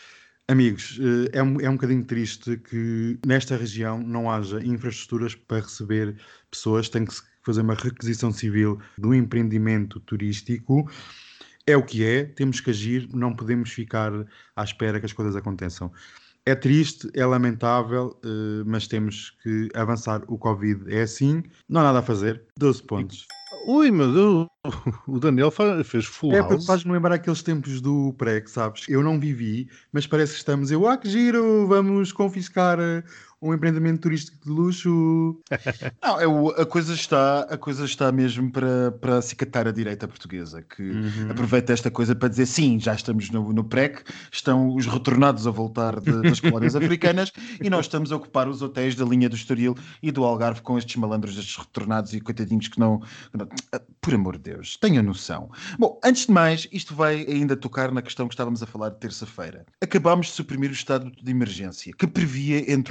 Amigos, é um, é um bocadinho triste que nesta região não haja infraestruturas para receber pessoas, tem que se fazer uma requisição civil do empreendimento turístico. É o que é, temos que agir, não podemos ficar à espera que as coisas aconteçam. É triste, é lamentável, mas temos que avançar. O Covid é assim, não há nada a fazer. doze pontos. Ui, meu Deus, o Daniel fez full É house. porque faz-me lembrar aqueles tempos do P R E C, sabes? Eu não vivi, mas parece que estamos, eu, ah, que giro, vamos confiscar um empreendimento turístico de luxo. Não, é o, a, coisa está, a coisa está mesmo para, para acicatar a direita portuguesa, que Uhum. aproveita esta coisa para dizer sim, já estamos no, no P R E C, estão os retornados a voltar de, das colónias africanas e nós estamos a ocupar os hotéis da linha do Estoril e do Algarve com estes malandros, estes retornados e coitadinhos que não... Que não por amor de Deus, tenha noção. Bom, antes de mais, isto vai ainda tocar na questão que estávamos a falar de terça-feira. Acabámos de suprimir o estado de emergência, que previa, entre outras coisas,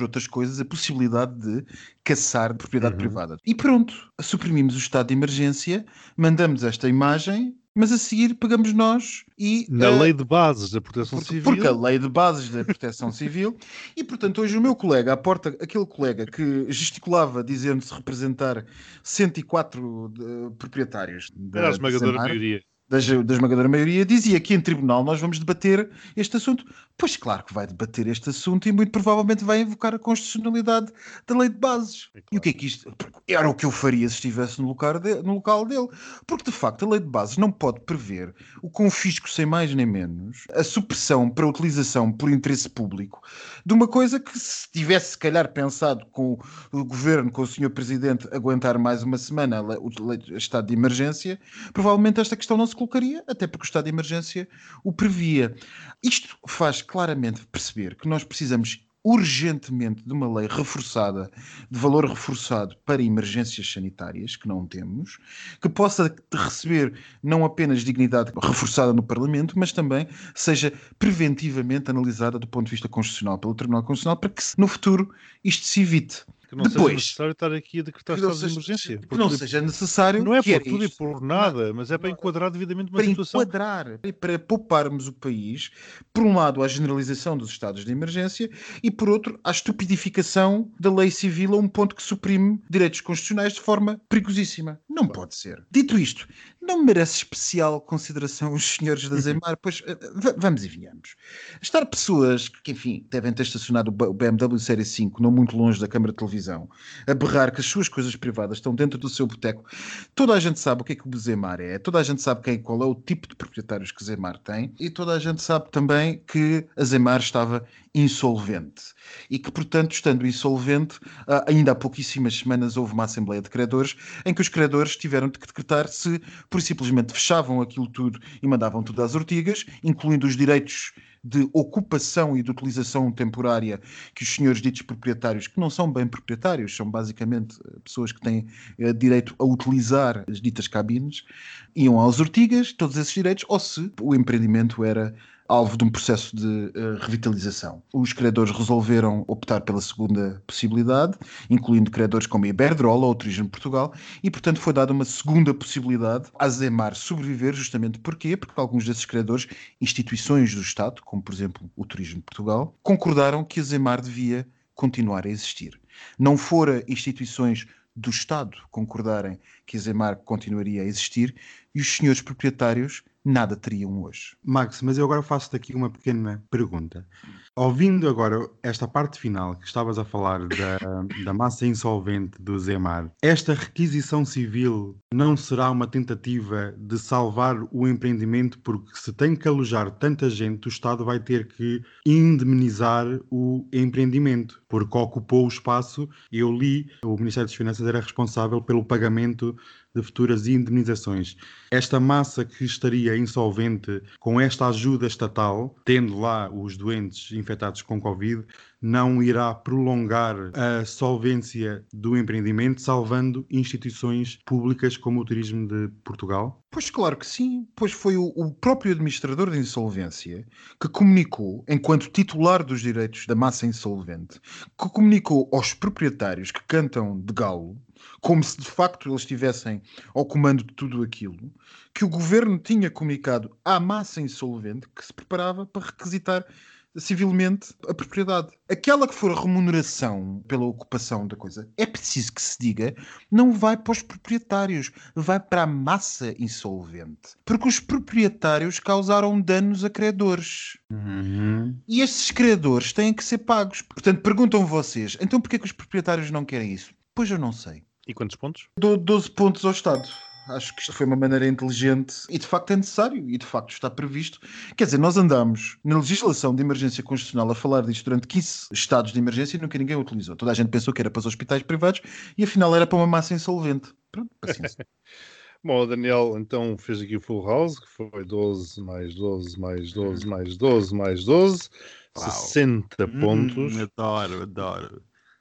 coisas, a possibilidade de caçar propriedade uhum. privada. E pronto, suprimimos o estado de emergência, mandamos esta imagem, mas a seguir pegamos nós e... Na uh, lei de bases da proteção porque, civil. Porque a lei de bases da proteção civil. E, portanto, hoje o meu colega, à porta, aquele colega que gesticulava dizendo-se representar cento e quatro de, proprietários da, Era a esmagadora maioria. Da, da esmagadora maioria, dizia que em tribunal nós vamos debater este assunto. Pois claro que vai debater este assunto e muito provavelmente vai invocar a constitucionalidade da lei de bases. É claro. E o que é que isto... Era o que eu faria se estivesse no local, de, no local dele. Porque, de facto, a lei de bases não pode prever o confisco sem mais nem menos, a supressão para utilização por interesse público de uma coisa que, se tivesse, se calhar, pensado com o governo, com o senhor Presidente, aguentar mais uma semana o, o estado de emergência, provavelmente esta questão não se colocaria, até porque o estado de emergência o previa. Isto faz claramente perceber que nós precisamos urgentemente de uma lei reforçada, de valor reforçado para emergências sanitárias, que não temos, que possa receber não apenas dignidade reforçada no Parlamento, mas também seja preventivamente analisada do ponto de vista constitucional pelo Tribunal Constitucional, para que no futuro isto se evite. Que não Depois, seja necessário estar aqui a decretar estado de emergência. Que não seja necessário. Não é por tudo e por nada, não, mas é para enquadrar devidamente uma para situação. Para enquadrar, para pouparmos o país, por um lado, à generalização dos estados de emergência e, por outro, à estupidificação da lei civil a um ponto que suprime direitos constitucionais de forma perigosíssima. Não pode ser. Dito isto, não merece especial consideração os senhores da Zemar, pois vamos e venhamos. Estar pessoas que, enfim, devem ter estacionado o B M W Série cinco não muito longe da Câmara de Televisão, a berrar que as suas coisas privadas estão dentro do seu boteco. Toda a gente sabe o que é que o Zemar é, toda a gente sabe quem, qual é o tipo de proprietários que o Zemar tem e toda a gente sabe também que a Zemar estava insolvente e que, portanto, estando insolvente, ainda há pouquíssimas semanas houve uma Assembleia de Credores em que os credores tiveram de decretar se, por simplesmente, fechavam aquilo tudo e mandavam tudo às ortigas, incluindo os direitos de ocupação e de utilização temporária que os senhores ditos proprietários, que não são bem proprietários, são basicamente pessoas que têm eh, direito a utilizar as ditas cabines, iam às ortigas, todos esses direitos, ou se o empreendimento era alvo de um processo de uh, revitalização. Os credores resolveram optar pela segunda possibilidade, incluindo credores como a Iberdrola ou o Turismo de Portugal, e, portanto, foi dada uma segunda possibilidade à Zemar sobreviver, justamente porquê? Porque alguns desses credores, instituições do Estado, como, por exemplo, o Turismo de Portugal, concordaram que a Zemar devia continuar a existir. Não fora instituições do Estado concordarem que a Zemar continuaria a existir e os senhores proprietários nada teriam hoje. Max, mas eu agora faço-te aqui uma pequena pergunta. Ouvindo agora esta parte final que estavas a falar da, da massa insolvente do Zemar, esta requisição civil não será uma tentativa de salvar o empreendimento, porque se tem que alojar tanta gente, o Estado vai ter que indemnizar o empreendimento, porque ocupou o espaço. Eu li, o Ministério das Finanças era responsável pelo pagamento de futuras indemnizações. Esta massa que estaria insolvente com esta ajuda estatal, tendo lá os doentes infectados com Covid, não irá prolongar a solvência do empreendimento, salvando instituições públicas como o Turismo de Portugal? Pois claro que sim, pois foi o, o próprio administrador de insolvência que comunicou, enquanto titular dos direitos da massa insolvente, que comunicou aos proprietários que cantam de galo, como se de facto eles estivessem ao comando de tudo aquilo, que o governo tinha comunicado à massa insolvente que se preparava para requisitar civilmente a propriedade. Aquela que for a remuneração pela ocupação da coisa, é preciso que se diga, não vai para os proprietários, vai para a massa insolvente. Porque os proprietários causaram danos a credores. Uhum. E esses credores têm que ser pagos. Portanto, perguntam vocês, então porquê que os proprietários não querem isso? Pois eu não sei. E quantos pontos? Dou doze pontos ao Estado. Acho que isto foi uma maneira inteligente e de facto é necessário e de facto está previsto. Quer dizer, nós andamos na legislação de emergência constitucional a falar disto durante quinze estados de emergência e nunca ninguém o utilizou. Toda a gente pensou que era para os hospitais privados e afinal era para uma massa insolvente. Pronto, paciência. Bom, o Daniel então fez aqui o full house, que foi doze mais doze mais doze mais doze mais doze, Uau. sessenta pontos. Hum, adoro, adoro.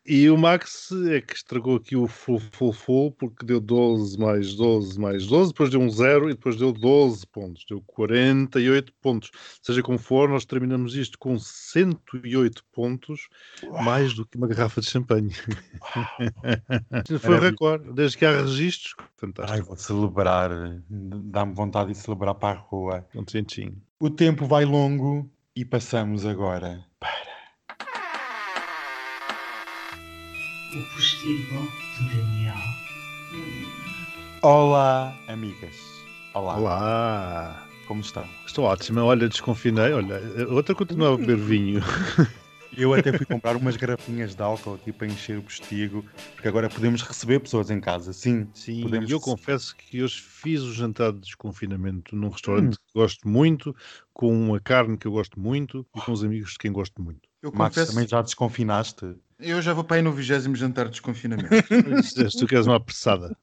E o Max é que estragou aqui o full, full, full, porque deu doze mais doze mais doze, depois deu um zero e depois deu doze pontos. Deu quarenta e oito pontos. Seja como for, nós terminamos isto com cento e oito pontos, mais do que uma garrafa de champanhe. Foi o recorde, desde que há registros. Fantástico. Ai, vou celebrar. Dá-me vontade de celebrar para a rua. Um tchentinho. O tempo vai longo e passamos agora para... O postigo de Daniel. Olá, amigas. Olá. Olá. Como estão? Estou ótima. Olha, desconfinei. Olha, a outra continua a beber vinho. Eu até fui comprar umas garrafinhas de álcool aqui para encher o postigo, porque agora podemos receber pessoas em casa. Sim, Sim, podemos eu receber. confesso que hoje fiz o jantar de desconfinamento num restaurante hum. que gosto muito, com uma carne que eu gosto muito e com os amigos de quem gosto muito. Eu Max, confesso, também já desconfinaste? eu já vou para aí no vigésimo jantar de desconfinamento. Se tu queres uma apressada.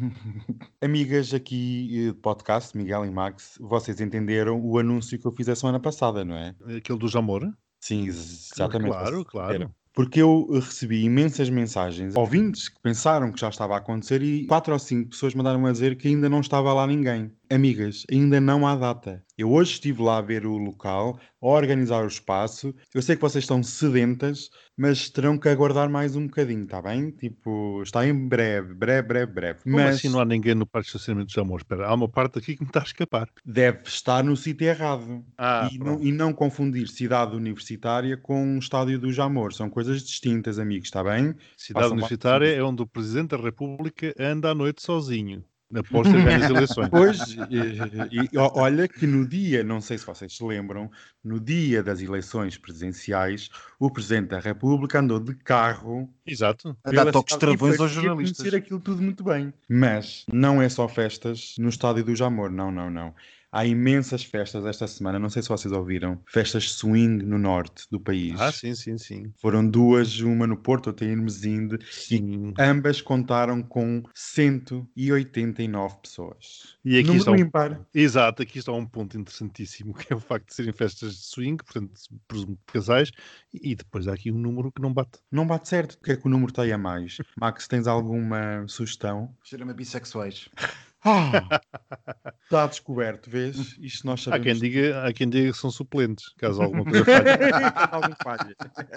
Amigas aqui de podcast, Miguel e Max, vocês entenderam o anúncio que eu fiz a semana passada, não é? Aquele do Jamor? Sim, exatamente. Claro, claro. Porque eu recebi imensas mensagens, ouvintes que pensaram que já estava a acontecer e quatro ou cinco pessoas mandaram a dizer que ainda não estava lá ninguém. Amigas, ainda não há data. Eu hoje estive lá a ver o local, a organizar o espaço. Eu sei que vocês estão sedentas, mas terão que aguardar mais um bocadinho, está bem? Tipo, está em breve, breve, breve, breve. Como mas assim não há ninguém no parque de estacionamento de Jamor? Espera, há uma parte aqui que me está a escapar. deve estar no sítio errado. Ah, e, não, e não confundir cidade universitária com um estádio do Jamor. São coisas distintas, amigos, está bem? Cidade Façam universitária lá. é onde o Presidente da República anda à noite sozinho, após ter ganho as eleições. Pois, e, e olha que no dia, não sei se vocês se lembram, no dia das eleições presidenciais, o Presidente da República andou de carro... Exato. A dar toques travões aos parecia jornalistas. conhecer aquilo tudo muito bem. Mas não é só festas no estádio do Jamor, não, não, não. Há imensas festas esta semana, não sei se vocês ouviram, festas swing no norte do país. Ah, sim, sim, sim. Foram duas, uma no Porto, outra em Hermesinde, e ambas contaram com cento e oitenta e nove pessoas. E aqui Número está um... ímpar. Exato, aqui está um ponto interessantíssimo, que é o facto de serem festas de swing, portanto, presumo de casais, e depois há aqui um número que não bate. Não bate certo, porque é que o número está aí a mais? Max, tens alguma sugestão? Cheira-me a bissexuais. Ah, está descoberto, vês? Isto nós Há sabemos. quem diga, há quem diga que são suplentes, caso alguma coisa falhe. Algum falha.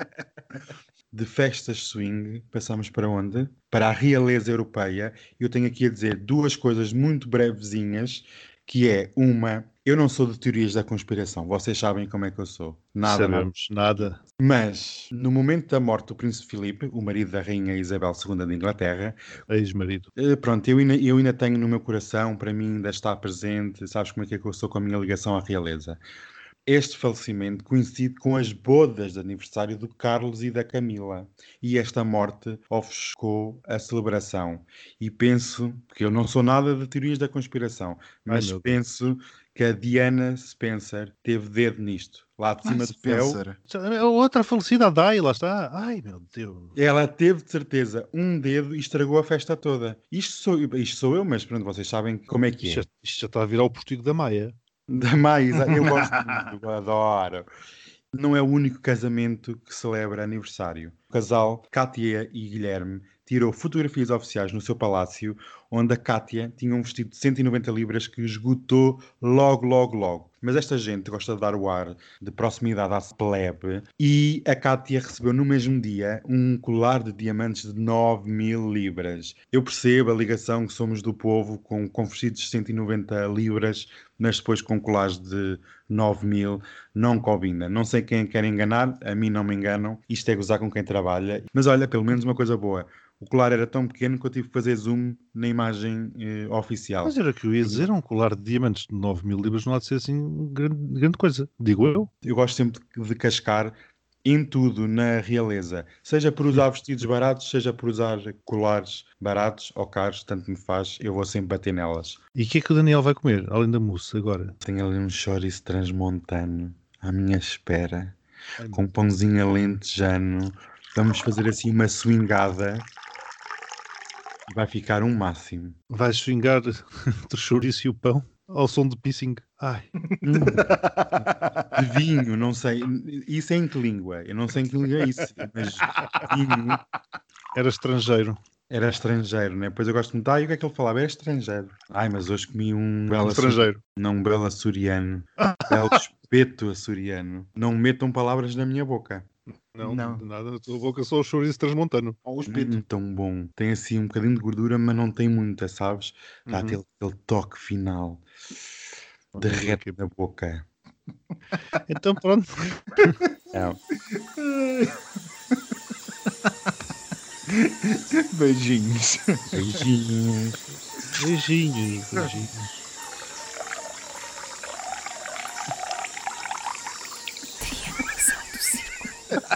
De festas swing, passamos para onde? Para a realeza europeia. Eu tenho aqui a dizer duas coisas muito brevezinhas, que é uma... Eu não sou de teorias da conspiração, vocês sabem como é que eu sou. Nada, Sabemos, nada. nada. Mas, no momento da morte do Príncipe Filipe, o marido da Rainha Isabel segunda de Inglaterra... Ex-marido. Pronto, eu ainda, eu ainda tenho no meu coração, para mim ainda está presente, sabes como é que, é que eu sou com a minha ligação à realeza. Este falecimento coincide com as bodas de aniversário do Carlos e da Camila. E esta morte ofuscou a celebração. E penso, porque eu não sou nada de teorias da conspiração, mas Ai, penso que a Diana Spencer teve dedo nisto. Lá de cima Ai, do céu. Outra falecida, a Dai, lá está. Ai, meu Deus. Ela teve, de certeza, um dedo e estragou a festa toda. Isto sou, isto sou eu, mas pronto, vocês sabem como é que é. Isto, isto já está a virar o postigo da Maia. Da Maia, eu gosto muito, eu adoro. Não é o único casamento que celebra aniversário. O casal, Kátia e Guilherme, tirou fotografias oficiais no seu palácio, onde a Kátia tinha um vestido de cento e noventa libras que esgotou logo, logo, logo. Mas esta gente gosta de dar o ar de proximidade à plebe e a Kátia recebeu no mesmo dia um colar de diamantes de nove mil libras. Eu percebo a ligação que somos do povo com, com vestidos de cento e noventa libras, mas depois com colares de nove mil, não combina. Não sei quem quer enganar, a mim não me enganam. Isto é gozar com quem trabalha. Mas olha, pelo menos uma coisa boa. O colar era tão pequeno que eu tive que fazer zoom na imagem eh, oficial. Mas era que eu ia dizer, um colar de diamantes de nove mil libras não há de ser assim grande, grande coisa, digo eu. Eu gosto sempre de, de cascar em tudo na realeza. Seja por usar vestidos baratos, seja por usar colares baratos ou caros, tanto me faz, eu vou sempre bater nelas. E o que é que o Daniel vai comer, além da mousse agora? Tenho ali um chouriço transmontano à minha espera, Ai, com um pãozinho alentejano. Vamos fazer assim uma swingada. Vai ficar um máximo. Vais swingar entre o chouriço e o pão? ao som de pissing. Ai. De vinho, não sei. Isso é em que língua? Eu não sei em que língua é isso. Mas vinho Era estrangeiro. era estrangeiro, né? Depois eu gosto muito. Ah, e o que é que ele falava? Era estrangeiro. Ai, mas hoje comi um belo Estrangeiro. Não, um belo açoriano. Belo espeto açoriano. Não metam palavras na minha boca. Não, Não. de nada. Na tua boca só o chouriço transmontano. Ou o espeto. Hum, tão bom. Tem assim um bocadinho de gordura, mas não tem muita, sabes? Dá Uhum. aquele, aquele toque final. Derrete na boca. Então pronto. Não. Beijinhos. Beijinhos. Beijinhos, beijinhos. Triangulação do círculo.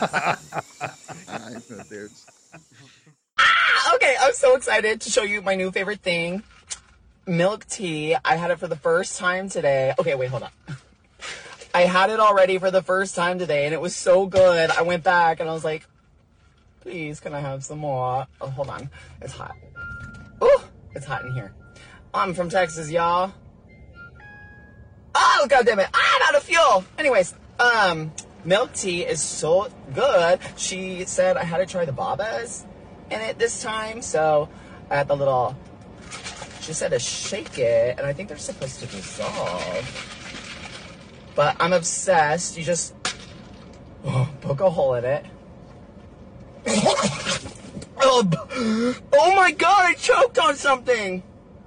Ai, meu Deus. Okay, I'm so excited to show you my new favorite thing. Milk tea. I had it for the first time today. Okay, wait, hold on. I had it already for the first time today, and it was so good. I went back, and I was like, please, can I have some more? Oh, hold on. It's hot. Ooh, it's hot in here. I'm from Texas, y'all. Oh, goddammit. I'm out of fuel. Anyways, um, milk tea is so good. She said I had to try the babas in it this time, so I had the little... She said to shake it, and I think they're supposed to dissolve. But I'm obsessed. You just oh, poke a hole in it. oh, b- oh my god, I choked on something!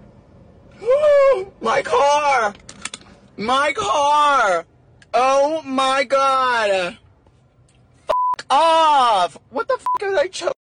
My car! My car! Oh my god! F*** off! What the f*** is I choking?